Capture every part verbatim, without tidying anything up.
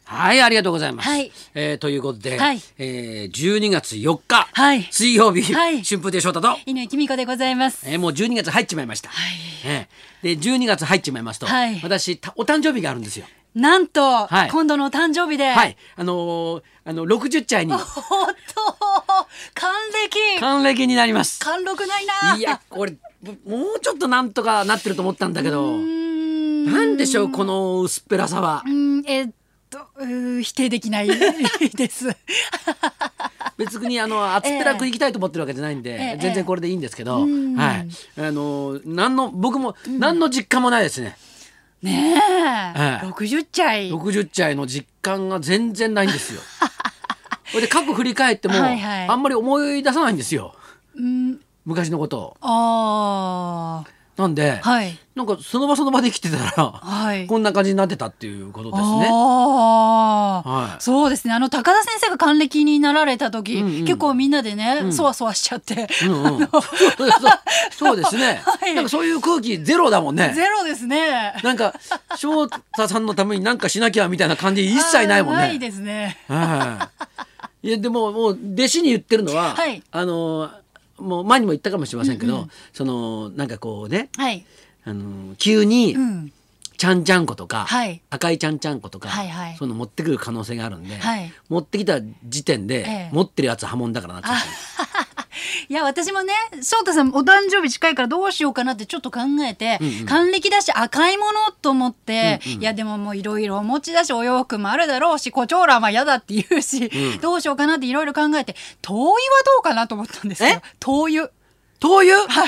はい、ありがとうございます。 はいえー、ということで、 はい、 えー、じゅうにがつよっか、 はい、 水曜日、 はい、 春風亭昇太と犬井貴美子でございます。 えー、もうじゅうにがつ入っちまいました。 はい、 えー、でじゅうにがつ入っちまいますと、はい、私たお誕生日があるんですよ。 なんと、 はい、 今度のお誕生日で、 はい、あのー、あのろくじゅっちゃいに、 おっと還暦還暦になります。 貫禄ないな。 いや、これもうちょっとなんとかなってると思ったんだけど、なんでしょうこの薄っぺらさは。 うーん、えっとう否定できないです別にあの厚っぺらくいきたいと思ってるわけじゃないんで、えー、全然これでいいんですけど、えー、はい、あの何の僕も何の実感もないですね。 ねえ、ええ、ろくじゅっちゃいろくじゅっちゃいの実感が全然ないんですよ。それで過去振り返ってもはい、はい、あんまり思い出さないんですよ、うん、昔のことを。あなんで、はい、なんかその場その場で生きてたら、はい、こんな感じになってたっていうことですね。あ、 はい、そうですね。あの高田先生が還暦になられた時、うんうん、結構みんなでね、うん、そわそわしちゃって、うんうん、 そうそうですね、はい、なんかそういう空気ゼロだもんね。 ゼロですね。 なんか翔太さんのために何かしなきゃみたいな感じ一切ないもんね。 ないですね。 はい、いやでももう弟子に言ってるのは、はい、あのもう前にも言ったかもしれませんけど、うんうん、そのなんかこうね、はい、あの急に、うん、ちゃんちゃんことか、はい、赤いちゃんちゃんことか、はいはい、その持ってくる可能性があるんで、はい、持ってきた時点で、ええ、持ってるやつは破門だからなっちゃっていや私もね翔太さんお誕生日近いからどうしようかなってちょっと考えて、うんうん、還暦だし赤いものと思って、うんうん、いやでももういろいろお持ちだしお洋服もあるだろうし胡蝶蘭は嫌だって言うし、うん、どうしようかなっていろいろ考えて灯油はどうかなと思ったんですよ。灯油灯油、 はい、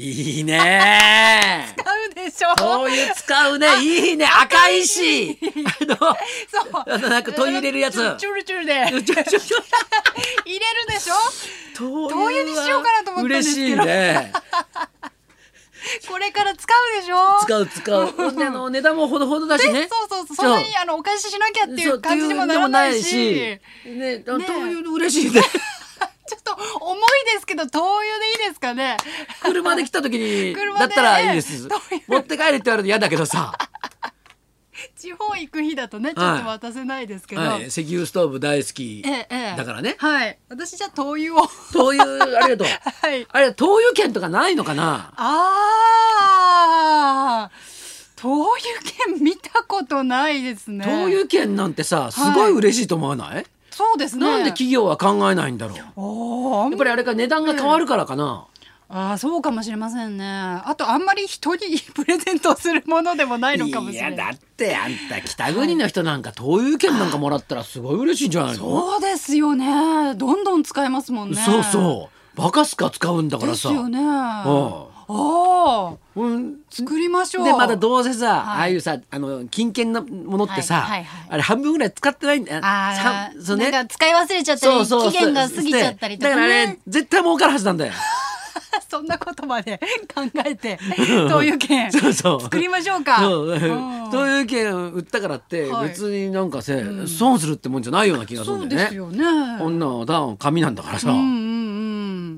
いいね使うでしょ。 灯油使うね。いいね。赤いしあのそうあのなんか灯油入れるやつチュルチュルで入れるでしょ。灯油にしようかなと思ったんですけど嬉しいねこれから使うでしょ。 使う使うであの値段もほどほどだしね。 そうそうそう、そんなにあのお返ししなきゃっていう感じにもならないしね、灯油嬉しいねちょっと重いですけど灯油でいいですかね。 車で来た時にだったらいいです。持って帰れって言われると嫌だけどさ地方行く日だとねちょっと渡せないですけど、はいはい、 石油ストーブ大好きだからね、ええ、 はい、私じゃあ灯油を灯油ありがとう、はい、あれ灯油券とかないのかな。 あー灯油券見たことないですね。 灯油券なんてさすごい嬉しいと思わない、はい、 そうですね。 なんで企業は考えないんだろう。やっぱりあれか値段が変わるからかな、 うん、あそうかもしれませんね。あとあんまり人にプレゼントするものでもないのかもしれない。 いやだってあんた北国の人なんか灯油券なんかもらったらすごい嬉しいんじゃないの。 そうですよね。どんどん使えますもんね。 そうそうバカすか使うんだからさ。 ですよね。ああ、 うん、作りましょう。 でまだどうせさ、はい、ああいうさあの金券のものってさ、はいはいはい、あれ半分ぐらい使ってないんだよ。 あそう、ね、なんか使い忘れちゃったりそうそう期限が過ぎちゃったりとか、ね、 だからあれ絶対儲かるはずなんだよそんなことまで考えて灯油券そうそう作りましょうか。 そう灯油券売ったからって別になんかせ、はい、損するってもんじゃないような気がするんだよね。 そうですよね。 こんなのただの紙なんだからさ、うんうん、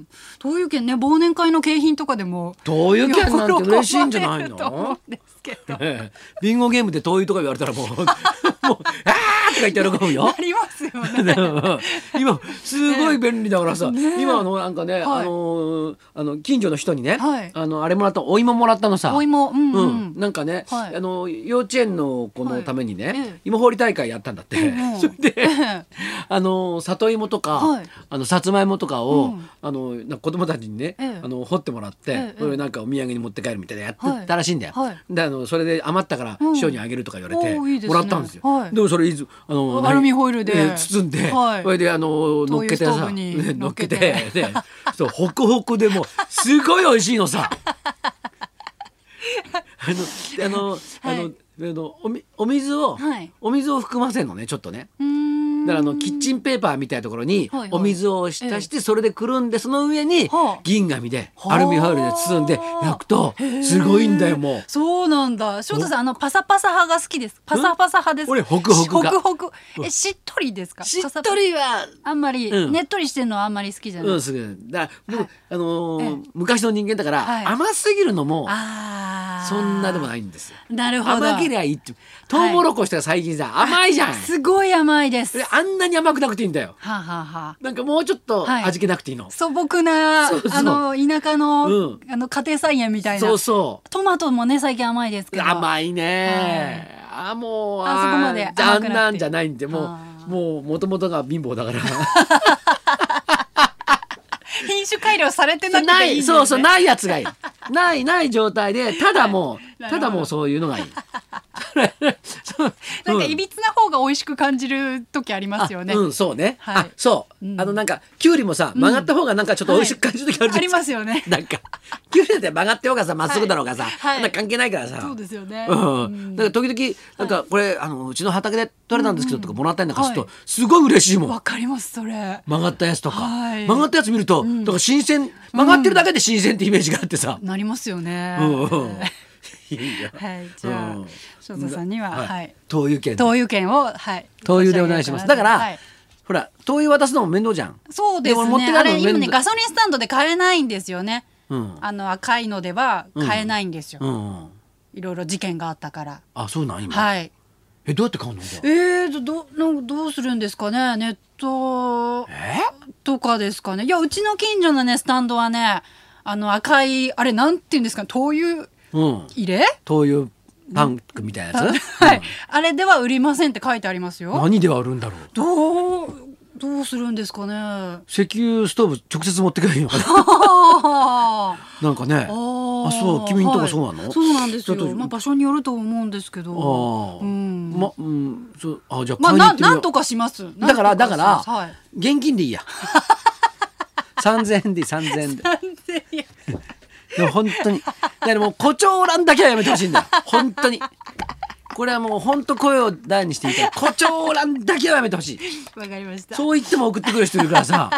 灯油券ね忘年会の景品とかでも灯油券なんて嬉しいんじゃないの。 と思うんですけど、 ええ、ビンゴゲームで灯油とか言われたらもうもうあーとか言って喜ぶよ。 なりますよね今すごい便利だからさ、ね、今あのなんかね、はい、あのあの近所の人にね、はい、あのあれもらったお芋もらったのさ。 お芋、うんうんうん、なんかね、はい、あの幼稚園の子のためにね、はい、芋掘り大会やったんだって、うん、それであの里芋とか、はい、あのさつまいもとかを、うん、あのなんか子供たちにね、ええ、あの掘ってもらって、ええ、それなんかお土産に持って帰るみたいなやってたらしいんだよ、はい、であのそれで余ったから師匠にあげるとか言われて、うんいいですね、もらったんですよ、はい、でもそれいずあのアルミホイルで、 えー、包んで、はい、それであの乗っけてさ乗っけてでそうホクホクでもうすごい美味しいのさあのあの、はい、あのあのおみお水を、はい、お水を含ませるのねちょっとね。うーんだからあのキッチンペーパーみたいなところにお水を浸してそれでくるんでその上に銀紙でアルミホイルで包んで焼くとすごいんだよもう。 そうなんだ。翔太さんあのパサパサ派が好きです。パサパサ派です。 俺ホクホクが。 ホクホク。えしっとりですか。 しっとりはあんまり、うん、ねっとりしてるのはあんまり好きじゃない。 うん、すぐだから僕、はい、あのー、昔の人間だから、はい、甘すぎるのもそんなでもないんですよ。 なるほど。 甘けりゃいいって。トウモロコシとか最近さ、はい、甘いじゃん。 すごい甘いです。 あんなに甘くなくていいんだよ。 はあ、はあ、 なんかもうちょっと味気なくていいの。はい、 素朴なそうそうあの田舎の、うん、あの家庭菜園みたいな。 そうそう。 トマトもね最近甘いですけど。 甘いね。はい、あもうあそこまで甘くなくてあんなんじゃないんでもうもう元々が貧乏だから。 品種改良されてなくていいんですね。 そうそうないやつがいい。ないない状態でただもう、はい、ただもうそういうのがいい。 なんかいびつな方が美味しく感じる時ありますよね。 うんそうね。はい、あそう、うん、あのなんかキュウリもさ曲がった方がなんかちょっと美味しく感じる時あるじゃん。 ありますよね。 なんかキュウリって曲がってようがさまっすぐだろうがさ、はい、なんか関係ないからさ。 そうですよね。 うん。だから時々なんかこれあのうちの畑で取れたんですけどとかもらったりなんかするとすごい嬉しいもん。 わかりますそれ。 曲がったやつとか曲がったやつ見るとだから新鮮曲がってるだけで新鮮ってイメージがあってさ。 なりますよね。はい、じゃあ翔太さんには、はい、 灯油券灯油券を、はい、 灯油でお願いします。だから、はい、ほら灯油渡すのも面倒じゃん。 そうですね。持ってあれ今ねガソリンスタンドで買えないんですよね。うん、あの赤いのでは買えないんですよ。うんうん、いろいろ事件があったから。 あ、そうなん今。 はい。 えどうやって買うの？ えー、どどどうするんですかね。ネットとかですかね。いやうちの近所のねスタンドはねあの赤いあれなんていうんですか灯油入れ、うん、 灯油パンクみたいなやつ、 はい、うん、あれでは売りませんって書いてありますよ。 何では売るんだろう。 どうどうするんですかね。 石油ストーブ直接持ってくればいいのかな。なんかね。あそう君んとこそうなの？ はい、そうなんですよ。まあ場所によると思うんですけど。 あ、うん、まうんそうあじゃあまあななんとかします。 だからだから、はい、現金でいいや。三千円で三千円で。三千円。でも本当にだからもう胡蝶蘭だけはやめてほしいんだよ本当に。これはもう本当声を大にしていた胡蝶蘭だけはやめてほしい。 わかりました。 そう言っても送ってくる人いるからさ。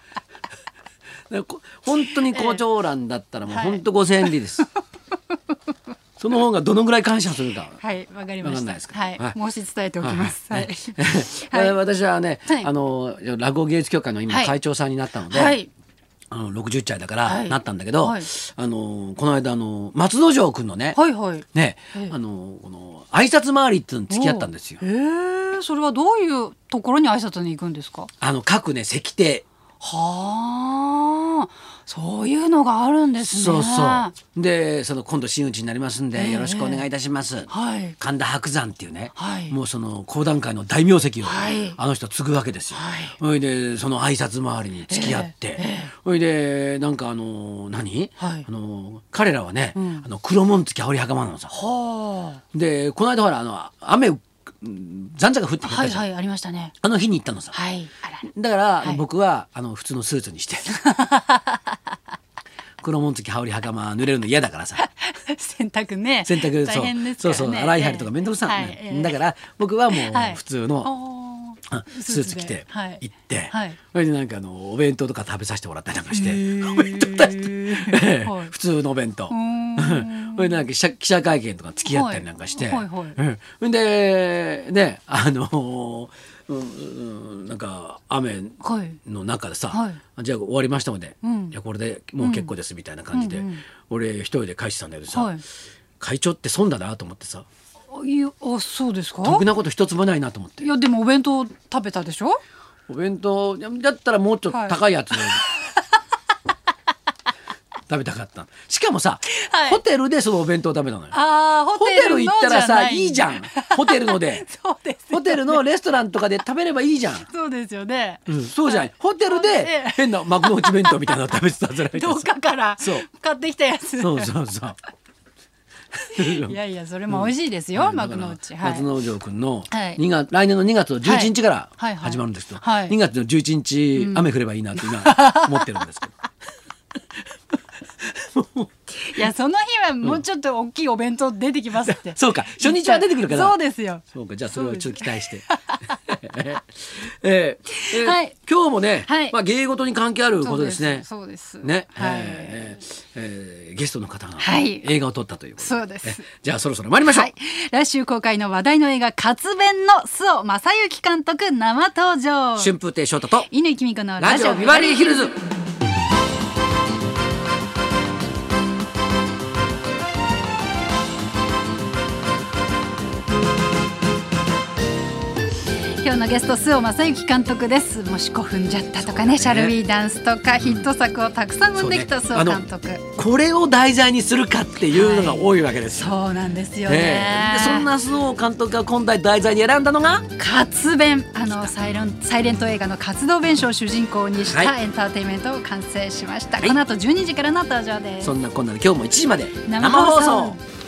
本当に胡蝶蘭だったらもう本当ごせんえんでいいです。その方がどのぐらい感謝するか。 はいわかりました。はい、 はい、 申し伝えておきます。はい。 はい、私はね、はい、あの落語芸術協会の今会長さんになったので。はいはいあのろくじゅっちゃいだからなったんだけど、はい、あのこの間あの松之丞君のね、 はいはい、 ね、あのこの挨拶回りっていうのに付き合ったんですよ。 へえ、それはどういうところに挨拶に行くんですか？ あの各ね席亭。 はあ、そういうのがあるんですね。 そうそうでその今度真打ちになりますんで、えー、よろしくお願いいたします、 はい、 神田伯山っていうね、 はい、 もうその講談会の大名跡を、 はい、 あの人継ぐわけですよ。それ、はい、でその挨拶回りに付き合って、それ、えーえー、でなんかあの何、はい、あの彼らはね、うん、あの黒紋付き羽織袴なのさ。はあ、でこの間ほらあの雨ざんざが降ってきたじゃん。 はいはいありましたね。 あの日に行ったのさ、 はい、あらだから、はい、僕はあの普通のスーツにして黒紋付き羽織袴濡れるの嫌だからさ洗濯ね洗濯大変ですからね。そうそう洗い張りとか面倒くさい、ねはい、だから僕はもう普通の、はい、スーツ着て行って、はい、それでなんかあのお弁当とか食べさせてもらったりなんかしてお弁当出して普通のお弁当それでなんか記者、記者会見とか付き合ったりなんかして、はいはいはい、うん、でねあのーうんうん、なんか雨の中でさ、はい、じゃあ終わりましたので、うん、いやこれでもう結構ですみたいな感じで、うんうんうん、俺一人で返してたんだけどさ、はい、会長って損だなと思ってさ。 いやあそうですか。 得なこと一つもないなと思って。 いやでもお弁当食べたでしょ。 お弁当だったらもうちょっと高いやつ、はい食べたかった。しかもさ、はい、ホテルでそのお弁当を食べたのよ。 あホテル行ったらさいいじゃんホテルのでそうです、ね、 ホテルのレストランとかで食べればいいじゃん。 そうですよね、 うん、そうじゃん、はい、ホテルで変な幕の内弁当みたいなの食べてたじゃないですか。 どっかから買ってきたやつ。 そうそうそういやいやそれも美味しいですよ、うん、幕の内、はい、 松之丞君のにがつ、来年のにがつのじゅういちにちから始まるんですけど、はいはいはい、にがつのじゅういちにち、うん、雨降ればいいなって今思ってるんですけどいやその日はもうちょっと大きいお弁当出てきますって、 うん、そうか初日は出てくるから。 そうですよ。 そうかじゃあそれをちょっと期待してえーはい、 今日もね、 はい、 まあ、芸事に関係あることですね。 そうです。 ね、 はい、 えーえー、ゲストの方が映画を撮ったということで、 はい、そうです。 じゃあそろそろ参りましょう。はい、 来週公開の話題の映画活弁の周防正行監督生登場。 春風亭昇太と乾きみ子のラジオビバリーヒルズ。 今日のゲスト周防正行監督です。もしこ踏んじゃったとかね、シャルウィーダンスとかヒット作をたくさん生んできた周防監督、ね、 これを題材にするかっていうのが多いわけですよ。 はい、そうなんですよね。 ねでそんな周防監督が今回題材に選んだのが活弁、あのサイレン、サイレント映画の活動弁償を主人公にしたエンターテインメントを完成しました。はい、この後じゅうにじからの登場です。 そんなこんなで今日もいちじまで生放送。